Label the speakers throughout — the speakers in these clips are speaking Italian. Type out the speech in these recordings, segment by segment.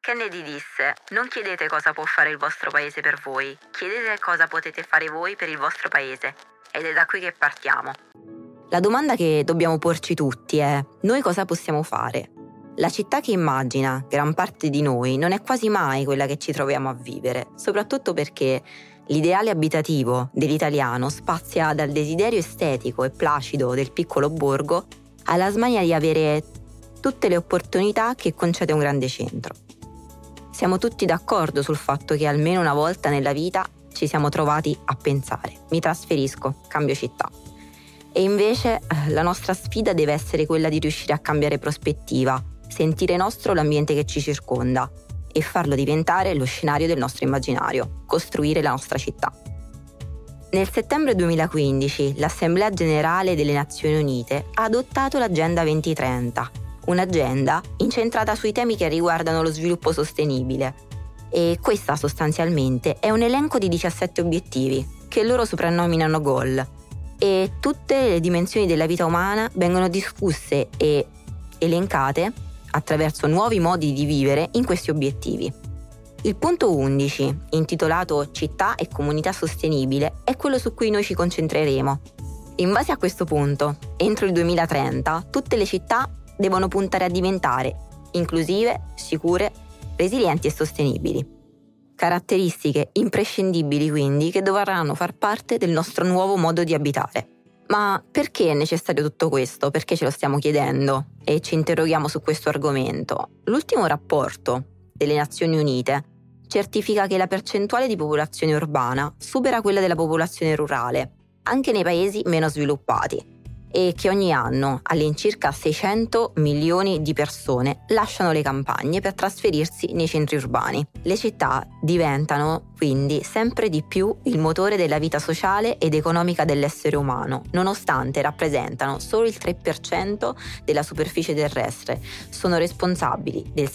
Speaker 1: Kennedy disse: non chiedete cosa può fare il vostro paese per voi, chiedete cosa potete fare voi per il vostro paese. Ed è da qui che partiamo. La domanda che dobbiamo porci tutti è: noi cosa possiamo fare? La città che immagina gran parte di noi non è quasi mai quella che ci troviamo a vivere, soprattutto perché l'ideale abitativo dell'italiano spazia dal desiderio estetico e placido del piccolo borgo alla smania di avere tutte le opportunità che concede un grande centro. Siamo tutti d'accordo sul fatto che almeno una volta nella vita ci siamo trovati a pensare: mi trasferisco, cambio città. E invece la nostra sfida deve essere quella di riuscire a cambiare prospettiva, sentire nostro l'ambiente che ci circonda e farlo diventare lo scenario del nostro immaginario, costruire la nostra città. Nel settembre 2015 l'Assemblea Generale delle Nazioni Unite ha adottato l'Agenda 2030, un'agenda incentrata sui temi che riguardano lo sviluppo sostenibile. E questa sostanzialmente è un elenco di 17 obiettivi che loro soprannominano goal, e tutte le dimensioni della vita umana vengono discusse e elencate attraverso nuovi modi di vivere in questi obiettivi. Il punto 11, intitolato Città e comunità sostenibile, è quello su cui noi ci concentreremo. In base a questo punto, entro il 2030, tutte le città devono puntare a diventare inclusive, sicure, resilienti e sostenibili. Caratteristiche imprescindibili quindi che dovranno far parte del nostro nuovo modo di abitare. Ma perché è necessario tutto questo? Perché ce lo stiamo chiedendo e ci interroghiamo su questo argomento? L'ultimo rapporto delle Nazioni Unite certifica che la percentuale di popolazione urbana supera quella della popolazione rurale, anche nei paesi meno sviluppati, e che ogni anno all'incirca 600 milioni di persone lasciano le campagne per trasferirsi nei centri urbani. Le città diventano quindi sempre di più il motore della vita sociale ed economica dell'essere umano, nonostante rappresentano solo il 3% della superficie terrestre, sono responsabili del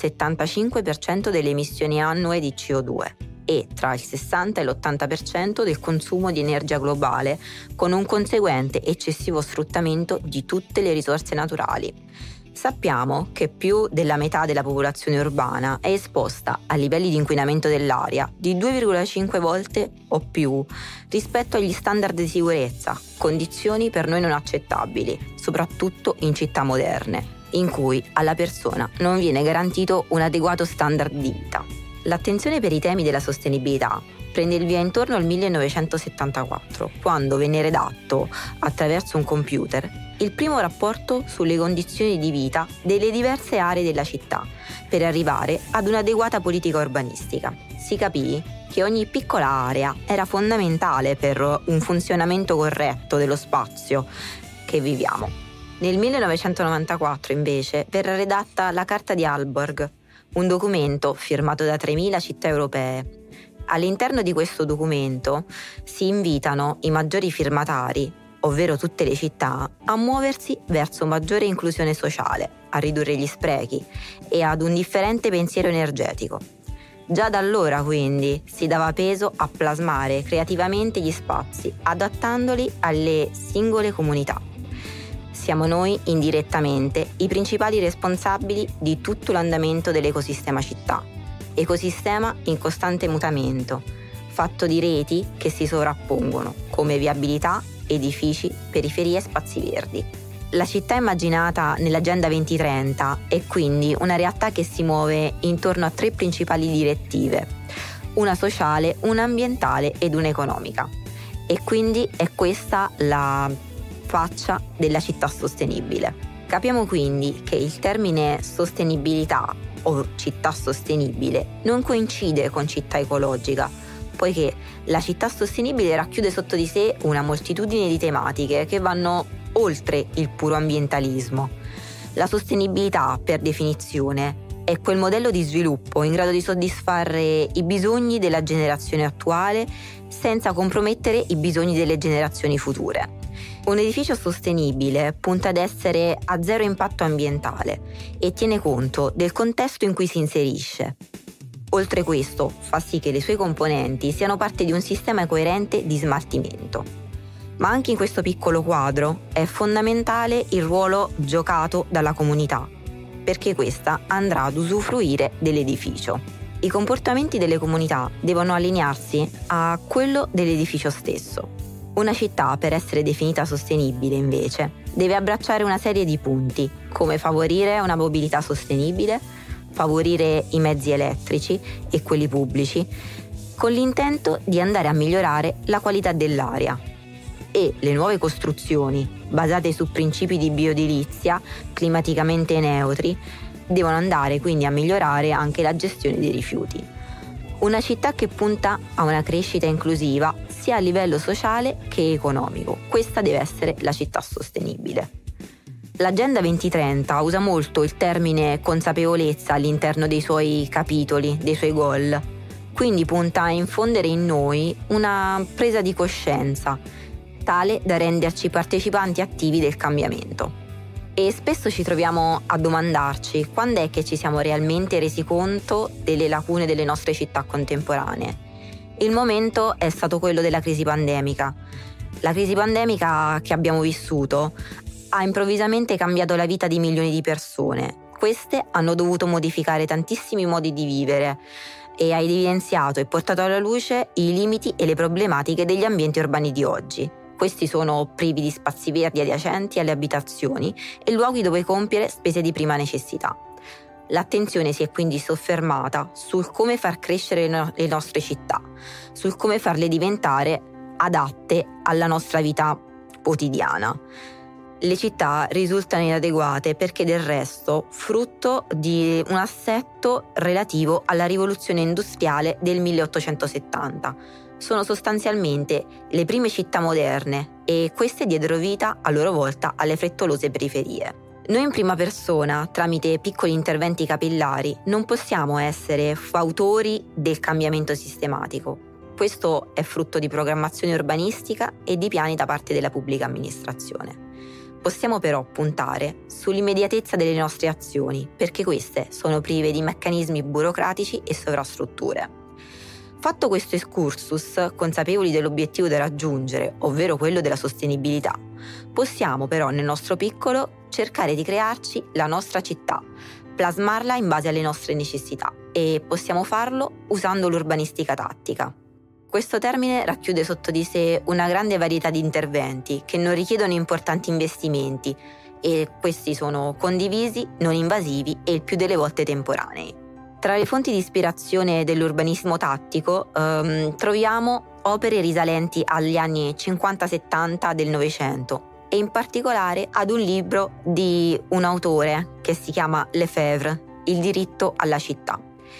Speaker 1: 75% delle emissioni annue di CO2. E tra il 60 e l'80% del consumo di energia globale, con un conseguente eccessivo sfruttamento di tutte le risorse naturali. Sappiamo che più della metà della popolazione urbana è esposta a livelli di inquinamento dell'aria di 2,5 volte o più rispetto agli standard di sicurezza, condizioni per noi non accettabili, soprattutto in città moderne, in cui alla persona non viene garantito un adeguato standard di vita. L'attenzione per i temi della sostenibilità prende il via intorno al 1974, quando venne redatto, attraverso un computer, il primo rapporto sulle condizioni di vita delle diverse aree della città, per arrivare ad un'adeguata politica urbanistica. Si capì che ogni piccola area era fondamentale per un funzionamento corretto dello spazio che viviamo. Nel 1994, invece, verrà redatta la Carta di Aalborg, un documento firmato da 3.000 città europee. All'interno di questo documento si invitano i maggiori firmatari, ovvero tutte le città, a muoversi verso maggiore inclusione sociale, a ridurre gli sprechi e ad un differente pensiero energetico. Già da allora, quindi, si dava peso a plasmare creativamente gli spazi, adattandoli alle singole comunità. Siamo noi, indirettamente, i principali responsabili di tutto l'andamento dell'ecosistema città. Ecosistema in costante mutamento, fatto di reti che si sovrappongono, come viabilità, edifici, periferie e spazi verdi. La città immaginata nell'Agenda 2030 è quindi una realtà che si muove intorno a 3 principali direttive: una sociale, una ambientale ed una economica. E quindi è questa la faccia della città sostenibile. Capiamo quindi che il termine sostenibilità o città sostenibile non coincide con città ecologica, poiché la città sostenibile racchiude sotto di sé una moltitudine di tematiche che vanno oltre il puro ambientalismo. La sostenibilità, per definizione, è quel modello di sviluppo in grado di soddisfare i bisogni della generazione attuale senza compromettere i bisogni delle generazioni future. Un edificio sostenibile punta ad essere a zero impatto ambientale e tiene conto del contesto in cui si inserisce. Oltre questo, fa sì che le sue componenti siano parte di un sistema coerente di smaltimento. Ma anche in questo piccolo quadro è fondamentale il ruolo giocato dalla comunità. perché questa andrà ad usufruire dell'edificio. I comportamenti delle comunità devono allinearsi a quello dell'edificio stesso. Una città, per essere definita sostenibile, invece, deve abbracciare una serie di punti, come favorire una mobilità sostenibile, favorire i mezzi elettrici e quelli pubblici, con l'intento di andare a migliorare la qualità dell'aria. E le nuove costruzioni, basate su principi di bioedilizia climaticamente neutri, devono andare quindi a migliorare anche la gestione dei rifiuti. Una città che punta a una crescita inclusiva sia a livello sociale che economico. Questa deve essere la città sostenibile. L'Agenda 2030 usa molto il termine consapevolezza all'interno dei suoi capitoli, dei suoi goal. Quindi punta a infondere in noi una presa di coscienza, tale da renderci partecipanti attivi del cambiamento. E spesso ci troviamo a domandarci quando è che ci siamo realmente resi conto delle lacune delle nostre città contemporanee. Il momento è stato quello della crisi pandemica. La crisi pandemica che abbiamo vissuto ha improvvisamente cambiato la vita di milioni di persone. Queste hanno dovuto modificare tantissimi modi di vivere e ha evidenziato e portato alla luce i limiti e le problematiche degli ambienti urbani di oggi. Questi sono privi di spazi verdi adiacenti alle abitazioni e luoghi dove compiere spese di prima necessità. L'attenzione si è quindi soffermata sul come far crescere le nostre città, sul come farle diventare adatte alla nostra vita quotidiana. Le città risultano inadeguate perché del resto frutto di un assetto relativo alla rivoluzione industriale del 1870. Sono sostanzialmente le prime città moderne e queste diedero vita a loro volta alle frettolose periferie. Noi in prima persona, tramite piccoli interventi capillari, non possiamo essere fautori del cambiamento sistematico. Questo è frutto di programmazione urbanistica e di piani da parte della pubblica amministrazione. Possiamo però puntare sull'immediatezza delle nostre azioni, perché queste sono prive di meccanismi burocratici e sovrastrutture. Fatto questo excursus, consapevoli dell'obiettivo da raggiungere, ovvero quello della sostenibilità, possiamo però nel nostro piccolo cercare di crearci la nostra città, plasmarla in base alle nostre necessità e possiamo farlo usando l'urbanistica tattica. Questo termine racchiude sotto di sé una grande varietà di interventi che non richiedono importanti investimenti e questi sono condivisi, non invasivi e il più delle volte temporanei. Tra le fonti di ispirazione dell'urbanismo tattico troviamo opere risalenti agli anni 50-70 del Novecento e in particolare ad un libro di un autore che si chiama Lefebvre, Il diritto alla città.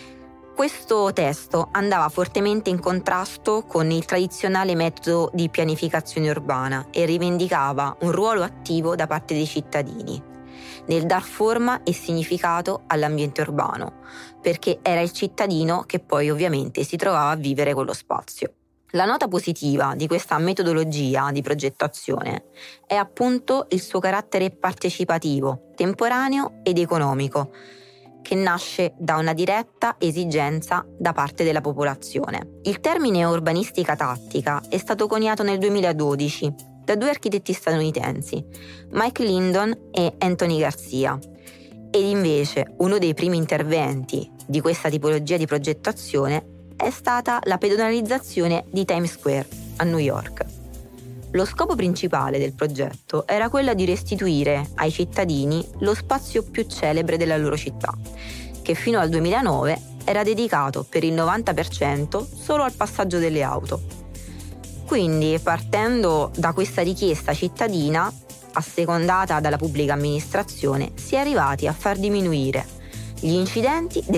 Speaker 1: Questo testo andava fortemente in contrasto con il tradizionale metodo di pianificazione urbana e rivendicava un ruolo attivo da parte dei cittadini nel dar forma e significato all'ambiente urbano, perché era il cittadino che poi ovviamente si trovava a vivere quello spazio. La nota positiva di questa metodologia di progettazione è appunto il suo carattere partecipativo, temporaneo ed economico, che nasce da una diretta esigenza da parte della popolazione. Il termine urbanistica tattica è stato coniato nel 2012 da due architetti statunitensi, Mike Lindon e Anthony Garcia. Ed invece uno dei primi interventi di questa tipologia di progettazione è stata la pedonalizzazione di Times Square a New York. Lo scopo principale del progetto era quello di restituire ai cittadini lo spazio più celebre della loro città, che fino al 2009 era dedicato per il 90% solo al passaggio delle auto. Quindi, partendo da questa richiesta cittadina, assecondata dalla pubblica amministrazione, si è arrivati a far diminuire gli incidenti del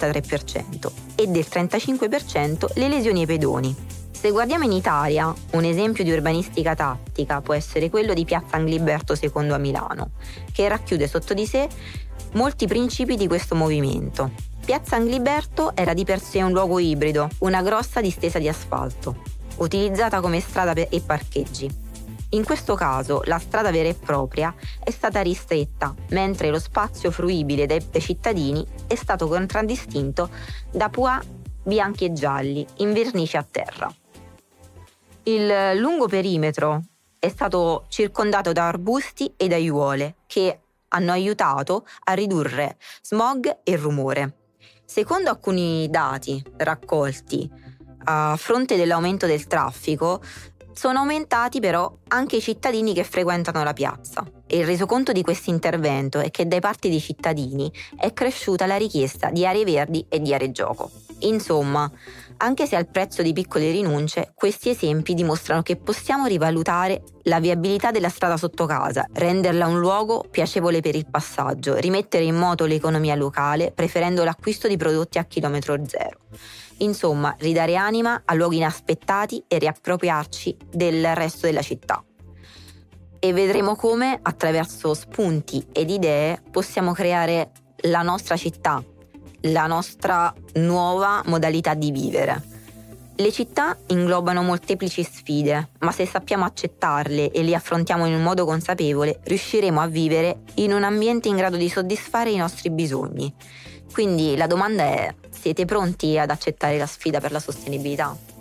Speaker 1: 63% e del 35% le lesioni ai pedoni. Se guardiamo in Italia, un esempio di urbanistica tattica può essere quello di Piazza Angliberto II a Milano, che racchiude sotto di sé molti principi di questo movimento. Piazza Angliberto era di per sé un luogo ibrido, una grossa distesa di asfalto, utilizzata come strada e parcheggi. In questo caso la strada vera e propria è stata ristretta, mentre lo spazio fruibile dai cittadini è stato contraddistinto da pois bianchi e gialli in vernice a terra. Il lungo perimetro è stato circondato da arbusti e aiuole che hanno aiutato a ridurre smog e rumore. Secondo alcuni dati raccolti a fronte dell'aumento del traffico, sono aumentati però anche i cittadini che frequentano la piazza. E il resoconto di questo intervento è che dai parti dei cittadini è cresciuta la richiesta di aree verdi e di aree gioco. Insomma, anche se al prezzo di piccole rinunce, questi esempi dimostrano che possiamo rivalutare la viabilità della strada sotto casa, renderla un luogo piacevole per il passaggio, rimettere in moto l'economia locale, preferendo l'acquisto di prodotti a chilometro zero. Insomma, ridare anima a luoghi inaspettati e riappropriarci del resto della città. E vedremo come, attraverso spunti ed idee, possiamo creare la nostra città, la nostra nuova modalità di vivere. Le città inglobano molteplici sfide, ma se sappiamo accettarle e le affrontiamo in un modo consapevole, riusciremo a vivere in un ambiente in grado di soddisfare i nostri bisogni. Quindi la domanda è: siete pronti ad accettare la sfida per la sostenibilità?